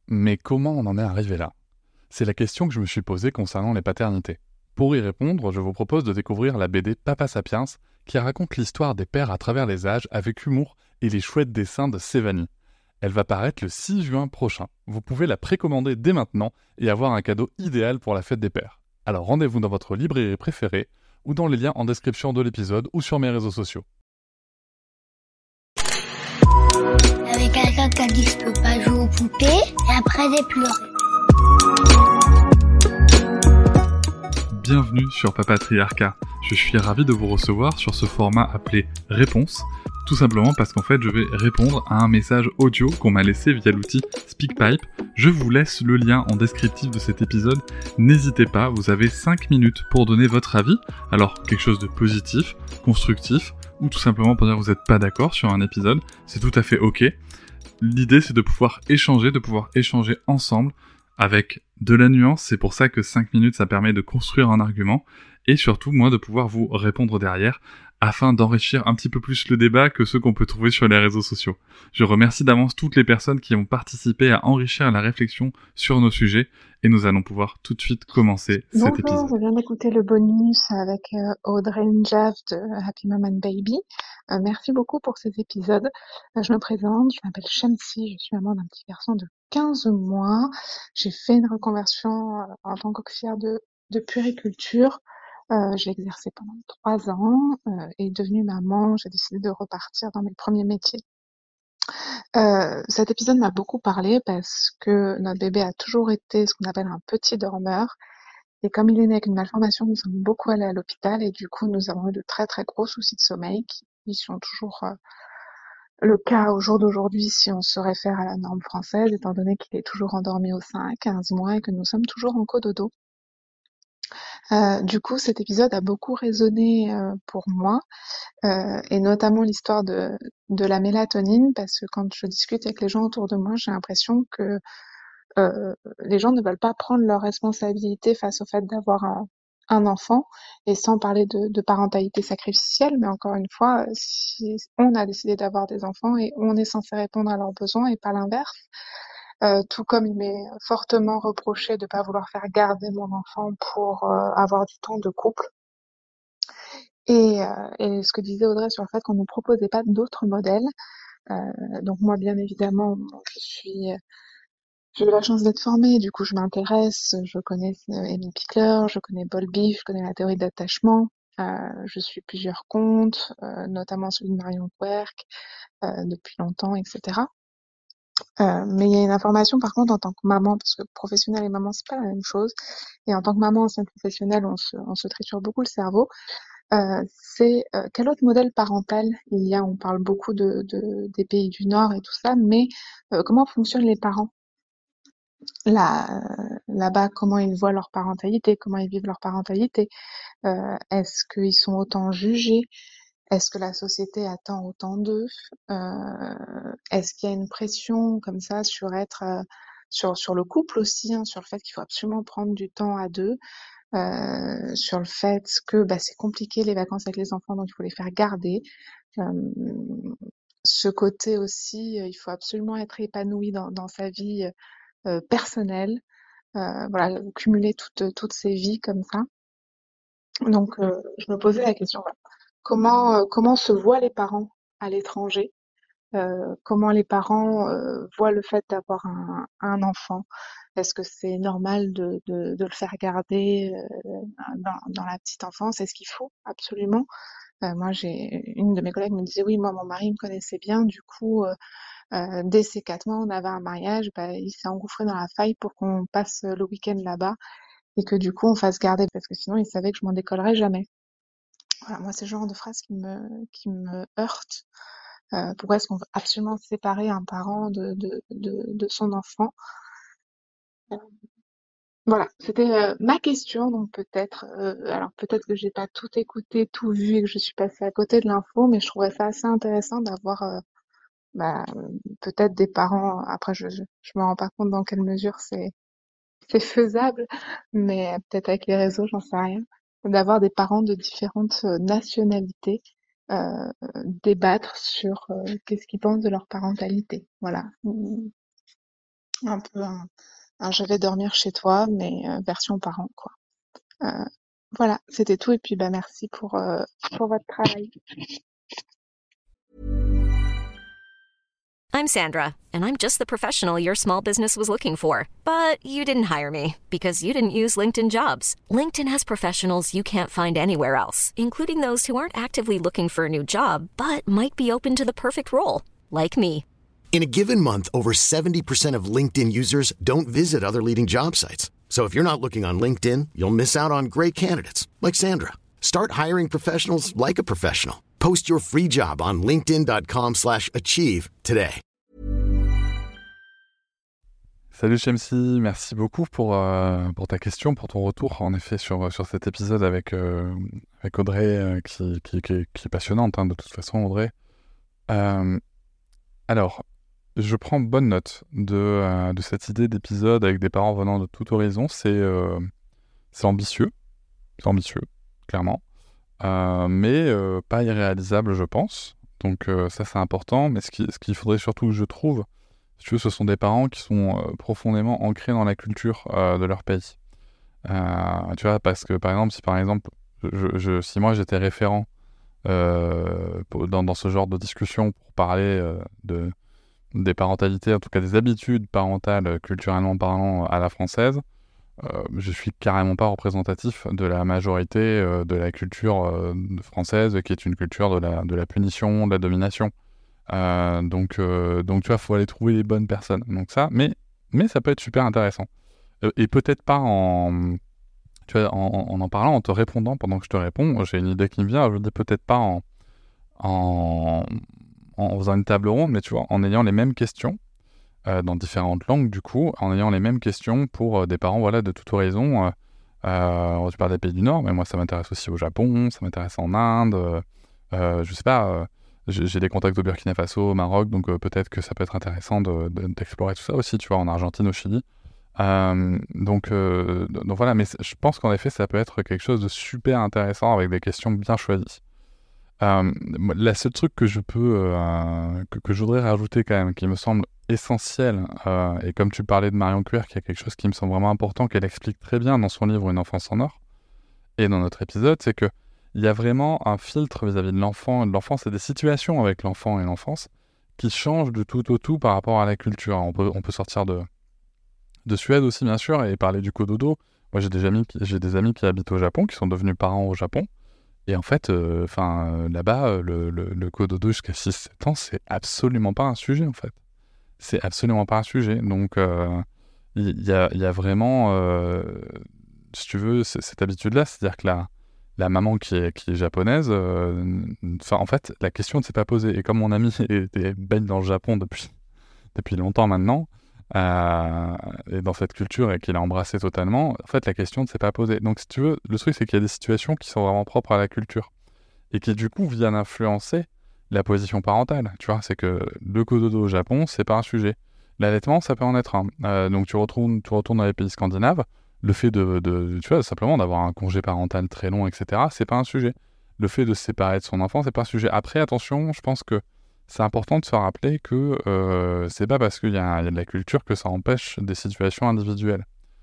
Mais comment on en est arrivé là? C'est la question que je me suis posée concernant les paternités. Pour y répondre, je vous propose de découvrir la BD Papa Sapiens, qui raconte l'histoire des pères à travers les âges avec humour et les chouettes dessins de Sévanie. Elle va paraître le 6 juin prochain. Vous pouvez la précommander dès maintenant et avoir un cadeau idéal pour la fête des pères. Alors rendez-vous dans votre librairie préférée ou dans les liens en description de l'épisode ou sur mes réseaux sociaux. Avec quelqu'un qui a dit que je peux pas jouer aux poupées, et après j'ai pleuré. Bienvenue sur Papatriarcat. Je suis ravi de vous recevoir sur ce format appelé Réponse, tout simplement parce qu'en fait je vais répondre à un message audio qu'on m'a laissé via l'outil SpeakPipe. Je vous laisse le lien en descriptif de cet épisode. N'hésitez pas, vous avez 5 minutes pour donner votre avis. Alors quelque chose de positif, constructif, ou tout simplement pour dire que vous n'êtes pas d'accord sur un épisode, c'est tout à fait ok. L'idée c'est de pouvoir échanger ensemble avec de la nuance, c'est pour ça que 5 minutes ça permet de construire un argument, et surtout moi de pouvoir vous répondre derrière, afin d'enrichir un petit peu plus le débat que ceux qu'on peut trouver sur les réseaux sociaux. Je remercie d'avance toutes les personnes qui ont participé à enrichir la réflexion sur nos sujets, et nous allons pouvoir tout de suite commencer cet Bonjour, épisode. je viens d'écouter le bonus avec Audrey Njav de Happy Mom and Baby. Merci beaucoup pour ces épisodes. Je me présente, je m'appelle Shamsi, je suis maman d'un petit garçon de 15 mois. J'ai fait une reconversion en tant qu'auxiliaire de puériculture. J'ai exercé pendant 3 ans et devenue maman, j'ai décidé de repartir dans mes premiers métiers. Cet épisode m'a beaucoup parlé parce que notre bébé a toujours été ce qu'on appelle un petit dormeur. Et comme il est né avec une malformation, nous sommes beaucoup allés à l'hôpital et du coup, nous avons eu de très très gros soucis de sommeil qui sont toujours le cas au jour d'aujourd'hui si on se réfère à la norme française, étant donné qu'il est toujours endormi au sein à 15 mois et que nous sommes toujours en cododo. Du coup, cet épisode a beaucoup résonné pour moi, et notamment l'histoire de la mélatonine, parce que quand je discute avec les gens autour de moi, j'ai l'impression que les gens ne veulent pas prendre leurs responsabilités face au fait d'avoir un enfant, et sans parler de parentalité sacrificielle, mais encore une fois, si on a décidé d'avoir des enfants et on est censé répondre à leurs besoins et pas l'inverse. Tout comme il m'est fortement reproché de ne pas vouloir faire garder mon enfant pour avoir du temps de couple. Et ce que disait Audrey sur le fait qu'on ne nous proposait pas d'autres modèles. Donc moi, bien évidemment, j'ai eu la chance d'être formée, du coup je m'intéresse, je connais Amy Pickler, je connais Bowlby, je connais la théorie d'attachement, je suis plusieurs comptes, notamment celui de Marion Querc, depuis longtemps, etc. Mais il y a une information par contre en tant que maman, parce que professionnelle et maman c'est pas la même chose, et en tant que maman ancienne professionnelle, on se triture beaucoup le cerveau. C'est quel autre modèle parental il y a? On parle beaucoup des pays du Nord et tout ça, mais comment fonctionnent les parents là, là-bas? Comment ils voient leur parentalité? Comment ils vivent leur parentalité? Est-ce qu'ils sont autant jugés? Est-ce que la société attend autant d'eux? Est-ce qu'il y a une pression comme ça sur être sur le couple aussi, hein, sur le fait qu'il faut absolument prendre du temps à deux, sur le fait que c'est compliqué les vacances avec les enfants, donc il faut les faire garder. Euh, Ce côté aussi, il faut absolument être épanoui dans sa vie personnelle. Voilà, cumuler toutes ces vies comme ça. Donc, je me posais la question, voilà. Comment se voient les parents à l'étranger? Comment les parents voient le fait d'avoir un enfant? Est-ce que c'est normal de le faire garder dans la petite enfance? Est-ce qu'il faut absolument? Moi, j'ai une de mes collègues me disait, oui, moi, mon mari me connaissait bien, du coup, dès ses 4 mois, on avait un mariage, il s'est engouffré dans la faille pour qu'on passe le week-end là-bas et que du coup, on fasse garder parce que sinon, il savait que je m'en décollerais jamais. Voilà, moi, c'est le genre de phrase qui me heurte. Pourquoi est-ce qu'on veut absolument séparer un parent de son enfant? Voilà, c'était ma question, donc alors peut-être que j'ai pas tout écouté, tout vu et que je suis passée à côté de l'info, mais je trouvais ça assez intéressant d'avoir bah, peut-être des parents. Après, je me rends pas compte dans quelle mesure c'est faisable, mais peut-être avec les réseaux, j'en sais rien, d'avoir des parents de différentes nationalités débattre sur qu'est-ce qu'ils pensent de leur parentalité. Voilà. Un peu un je vais dormir chez toi, mais version parent, quoi. Euh, voilà, c'était tout. Et puis, bah, merci pour votre travail. I'm Sandra, and I'm just the professional your small business was looking for. But you didn't hire me because you didn't use LinkedIn Jobs. LinkedIn has professionals you can't find anywhere else, including those who aren't actively looking for a new job, but might be open to the perfect role, like me. In a given month, over 70% of LinkedIn users don't visit other leading job sites. So if you're not looking on LinkedIn, you'll miss out on great candidates like Sandra. Start hiring professionals like a professional. Post your free job on linkedin.com/achieve today. Salut Shamsi, merci beaucoup pour ta question, pour ton retour en effet sur cet épisode avec Audrey qui est passionnante, hein, de toute façon Audrey. Alors, je prends bonne note de cette idée d'épisode avec des parents venant de tout horizon. C'est ambitieux, clairement, mais pas irréalisable, je pense. Donc ça, c'est important. Mais ce qu'il faudrait surtout, je trouve, si tu veux, ce sont des parents qui sont profondément ancrés dans la culture de leur pays. Tu vois, parce que par exemple, si moi j'étais référent dans ce genre de discussion pour parler des parentalités, en tout cas des habitudes parentales culturellement parlant à la française, je suis carrément pas représentatif de la majorité de la culture française, qui est une culture de la punition, de la domination. Donc tu vois, faut aller trouver les bonnes personnes. Donc ça, mais ça peut être super intéressant. Et peut-être pas tu vois, en parlant, en te répondant pendant que je te réponds, j'ai une idée qui me vient. Je dis peut-être pas en faisant une table ronde, mais tu vois, en ayant les mêmes questions dans différentes langues, du coup, en ayant les mêmes questions pour des parents, voilà, de tout horizon. Tu parles des pays du Nord, mais moi, ça m'intéresse aussi au Japon, ça m'intéresse en Inde. Je sais pas, j'ai des contacts au Burkina Faso, au Maroc, donc peut-être que ça peut être intéressant d'explorer tout ça aussi, tu vois, en Argentine, au Chili. Donc voilà, mais je pense qu'en effet, ça peut être quelque chose de super intéressant avec des questions bien choisies. La seule truc que je peux que je voudrais rajouter quand même, qui me semble essentiel, et comme tu parlais de Marion Querc, il y a quelque chose qui me semble vraiment important, qu'elle explique très bien dans son livre Une enfance en or, et dans notre épisode, c'est que il y a vraiment un filtre vis-à-vis de l'enfant et de l'enfance, et des situations avec l'enfant et l'enfance qui changent du tout au tout par rapport à la culture. On peut sortir de Suède aussi, bien sûr, et parler du cododo. Moi, j'ai des amis qui habitent au Japon, qui sont devenus parents au Japon. Et en fait, là-bas, le cododo jusqu'à 6-7 ans, c'est absolument pas un sujet, en fait. C'est absolument pas un sujet. Donc, il y a vraiment, si tu veux, cette habitude-là, c'est-à-dire que la maman qui est japonaise, en fait, la question ne s'est pas posée. Et comme mon ami baigne dans le Japon depuis longtemps maintenant, et dans cette culture, et qu'il a embrassé totalement, en fait, la question ne s'est pas posée. Donc, si tu veux, le truc, c'est qu'il y a des situations qui sont vraiment propres à la culture, et qui, du coup, viennent influencer la position parentale. Tu vois, c'est que le cododo au Japon, c'est pas un sujet. L'allaitement, ça peut en être un. Donc, tu retournes dans les pays scandinaves, le fait tu vois, simplement d'avoir un congé parental très long, etc., c'est pas un sujet. Le fait de se séparer de son enfant, c'est pas un sujet. Après, attention, je pense que c'est important de se rappeler que c'est pas parce qu'il y a de la culture que ça empêche des situations individuelles.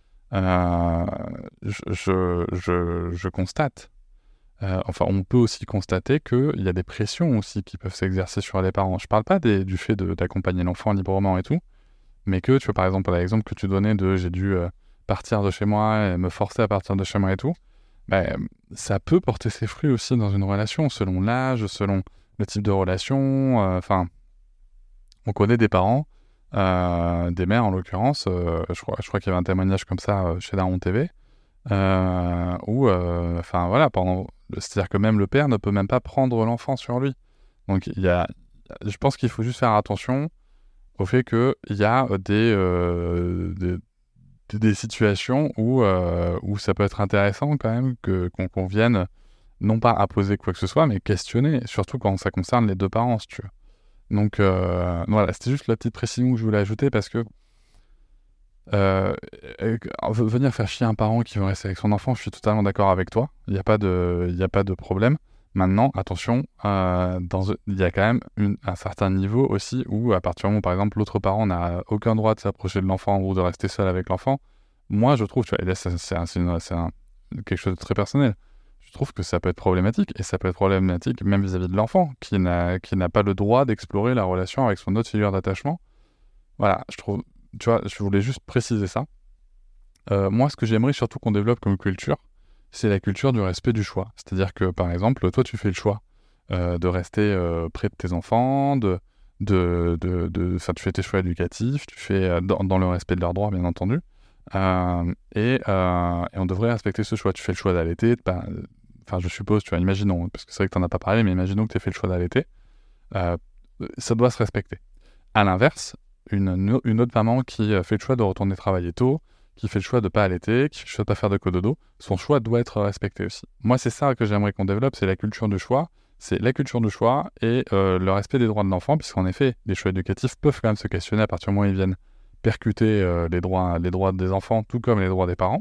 Je constate, on peut aussi constater qu'il y a des pressions aussi qui peuvent s'exercer sur les parents. Je parle pas du fait d'accompagner l'enfant librement et tout, mais que, tu vois, par exemple, l'exemple que tu donnais de j'ai dû partir de chez moi et me forcer à partir de chez moi et tout, ça peut porter ses fruits aussi dans une relation, selon l'âge, selon le type de relation. On connaît des parents, des mères en l'occurrence, je crois qu'il y avait un témoignage comme ça chez Daron TV, où, voilà, c'est-à-dire que même le père ne peut même pas prendre l'enfant sur lui. Donc je pense qu'il faut juste faire attention au fait qu'il y a des situations où ça peut être intéressant quand même qu'on vienne non pas imposer quoi que ce soit, mais questionner, surtout quand ça concerne les deux parents, si tu veux. Donc voilà, c'était juste la petite précision que je voulais ajouter, parce que venir faire chier un parent qui veut rester avec son enfant, je suis totalement d'accord avec toi, il n'y a pas de problème, Maintenant, attention, il y a quand même un certain niveau aussi où, à partir du moment où, par exemple, l'autre parent n'a aucun droit de s'approcher de l'enfant ou de rester seul avec l'enfant, moi, je trouve, tu vois, et là, quelque chose de très personnel, je trouve que ça peut être problématique, et ça peut être problématique même vis-à-vis de l'enfant, qui n'a pas le droit d'explorer la relation avec son autre figure d'attachement. Voilà, je trouve, tu vois, je voulais juste préciser ça. Moi, ce que j'aimerais surtout qu'on développe comme culture, c'est la culture du respect du choix. C'est-à-dire que, par exemple, toi, tu fais le choix de rester près de tes enfants, tu fais tes choix éducatifs, tu fais dans le respect de leurs droits, bien entendu. Et on devrait respecter ce choix. Tu fais le choix d'allaiter, enfin, je suppose, tu vois, imaginons, parce que c'est vrai que tu n'en as pas parlé, mais imaginons que tu aies fait le choix d'allaiter. Ça doit se respecter. À l'inverse, une autre maman qui fait le choix de retourner travailler tôt, qui fait le choix de ne pas allaiter, qui fait le choix de ne pas faire de cododo, son choix doit être respecté aussi. Moi, c'est ça que j'aimerais qu'on développe, c'est la culture du choix. C'est la culture du choix et le respect des droits de l'enfant, puisqu'en effet, les choix éducatifs peuvent quand même se questionner à partir du moment où ils viennent percuter les droits des enfants, tout comme les droits des parents.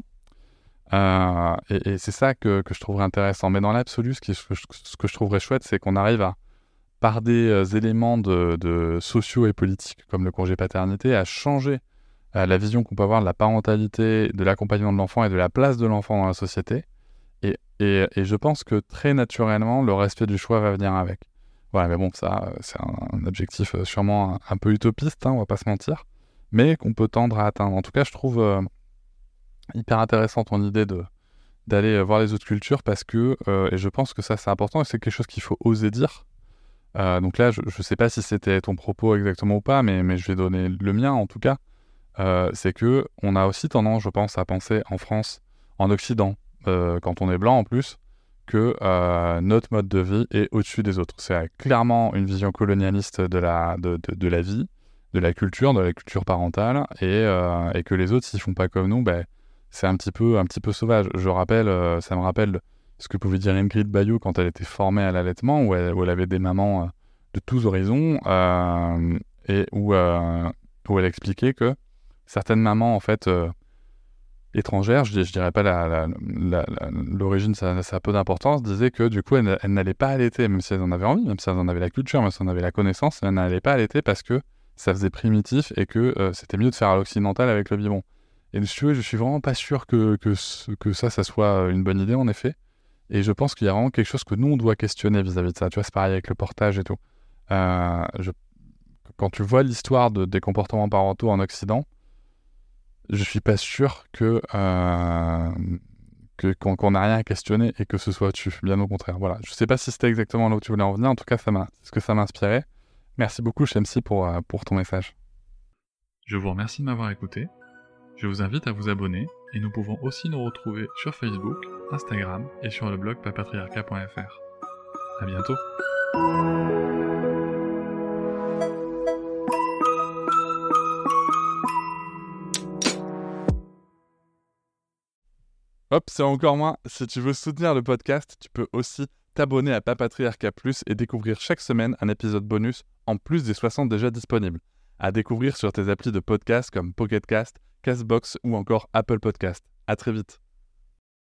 Et c'est ça que je trouverais intéressant. Mais dans l'absolu, ce que je trouverais chouette, c'est qu'on arrive à, par des éléments de sociaux et politiques, comme le congé paternité, à changer la vision qu'on peut avoir de la parentalité, de l'accompagnement de l'enfant et de la place de l'enfant dans la société. Et je pense que très naturellement, le respect du choix va venir avec. Voilà, mais bon, ça, c'est un objectif sûrement un peu utopiste, hein, on va pas se mentir, mais qu'on peut tendre à atteindre. En tout cas, je trouve hyper intéressant ton idée d'aller voir les autres cultures parce que, et je pense que ça, c'est important et c'est quelque chose qu'il faut oser dire. Donc là, je sais pas si c'était ton propos exactement ou pas, mais je vais donner le mien en tout cas. C'est que on a aussi tendance, je pense, à penser en France, en Occident, quand on est blanc en plus, que notre mode de vie est au-dessus des autres. C'est clairement une vision colonialiste de la vie, de la culture parentale, et que les autres, s'ils font pas comme nous, c'est un petit peu sauvage. Ça me rappelle ce que pouvait dire Ingrid Bayou quand elle était formée à l'allaitement, où elle avait des mamans de tous horizons, et où elle expliquait que certaines mamans, en fait, étrangères, je dirais pas l'origine, ça a peu d'importance, disaient que du coup, elles n'allaient pas allaiter, même si elles en avaient envie, même si elles en avaient la culture, même si elles en avaient la connaissance, elles n'allaient pas allaiter parce que ça faisait primitif et que c'était mieux de faire à l'occidental avec le biberon. Et si tu veux, je suis vraiment pas sûr que ça soit une bonne idée, en effet. Et je pense qu'il y a vraiment quelque chose que nous, on doit questionner vis-à-vis de ça. Tu vois, c'est pareil avec le portage et tout. Quand tu vois l'histoire des comportements parentaux en Occident, je suis pas sûr qu'on n'a rien à questionner et que ce soit au-dessus. Bien au contraire. Voilà. Je sais pas si c'était exactement là où tu voulais en venir. En tout cas, c'est ce que ça m'a inspiré. Merci beaucoup, Shamsi, pour ton message. Je vous remercie de m'avoir écouté. Je vous invite à vous abonner et nous pouvons aussi nous retrouver sur Facebook, Instagram et sur le blog papatriarca.fr. À bientôt. Hop, c'est encore moins. Si tu veux soutenir le podcast, tu peux aussi t'abonner à Papatriarca Plus et découvrir chaque semaine un épisode bonus en plus des 60 déjà disponibles. À découvrir sur tes applis de podcast comme Pocket Cast, Castbox ou encore Apple Podcast. À très vite.